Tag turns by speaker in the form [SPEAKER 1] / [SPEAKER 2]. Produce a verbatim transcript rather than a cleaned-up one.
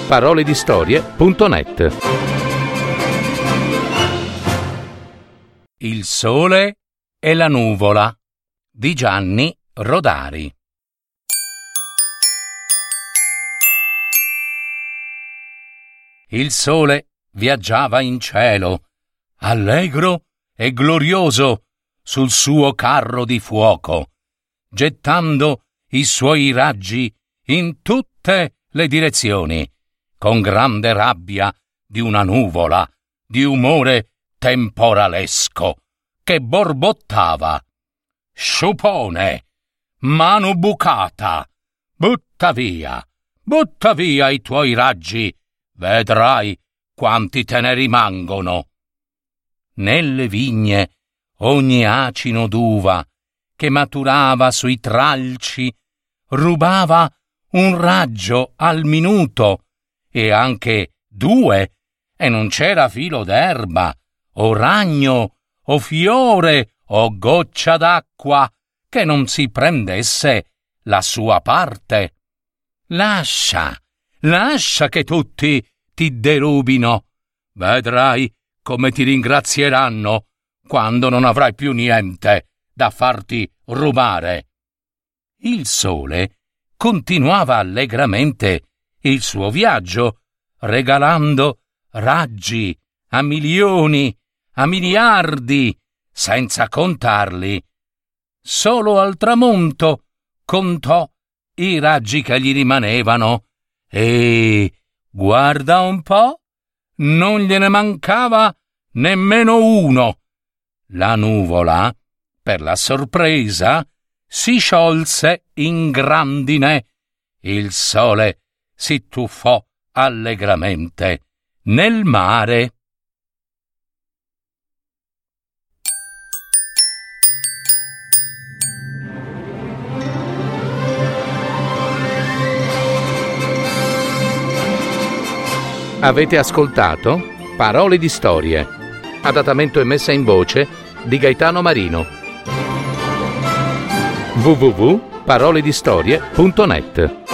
[SPEAKER 1] parole di storie punto net.
[SPEAKER 2] Il sole e la nuvola di Gianni Rodari. Il sole viaggiava in cielo, allegro e glorioso, sul suo carro di fuoco, gettando i suoi raggi in tutte le direzioni, con grande rabbia di una nuvola di umore temporalesco che borbottava. Sciupone, mano bucata, butta via, butta via i tuoi raggi, vedrai quanti te ne rimangono. Nelle vigne ogni acino d'uva che maturava sui tralci rubava un raggio al minuto, e anche due, e non c'era filo d'erba, o ragno, o fiore, o goccia d'acqua che non si prendesse la sua parte. Lascia, lascia che tutti ti derubino. Vedrai come ti ringrazieranno quando non avrai più niente da farti rubare. Il sole continuava allegramente il suo viaggio, regalando raggi a milioni, a miliardi, senza contarli. Solo al tramonto contò i raggi che gli rimanevano e, guarda un po', non gliene mancava nemmeno uno. La nuvola, per la sorpresa, si sciolse in grandine. Il sole si tuffò allegramente nel mare.
[SPEAKER 1] Avete ascoltato Parole di storie, adattamento e messa in voce di Gaetano Marino. w w w punto parole di storie punto net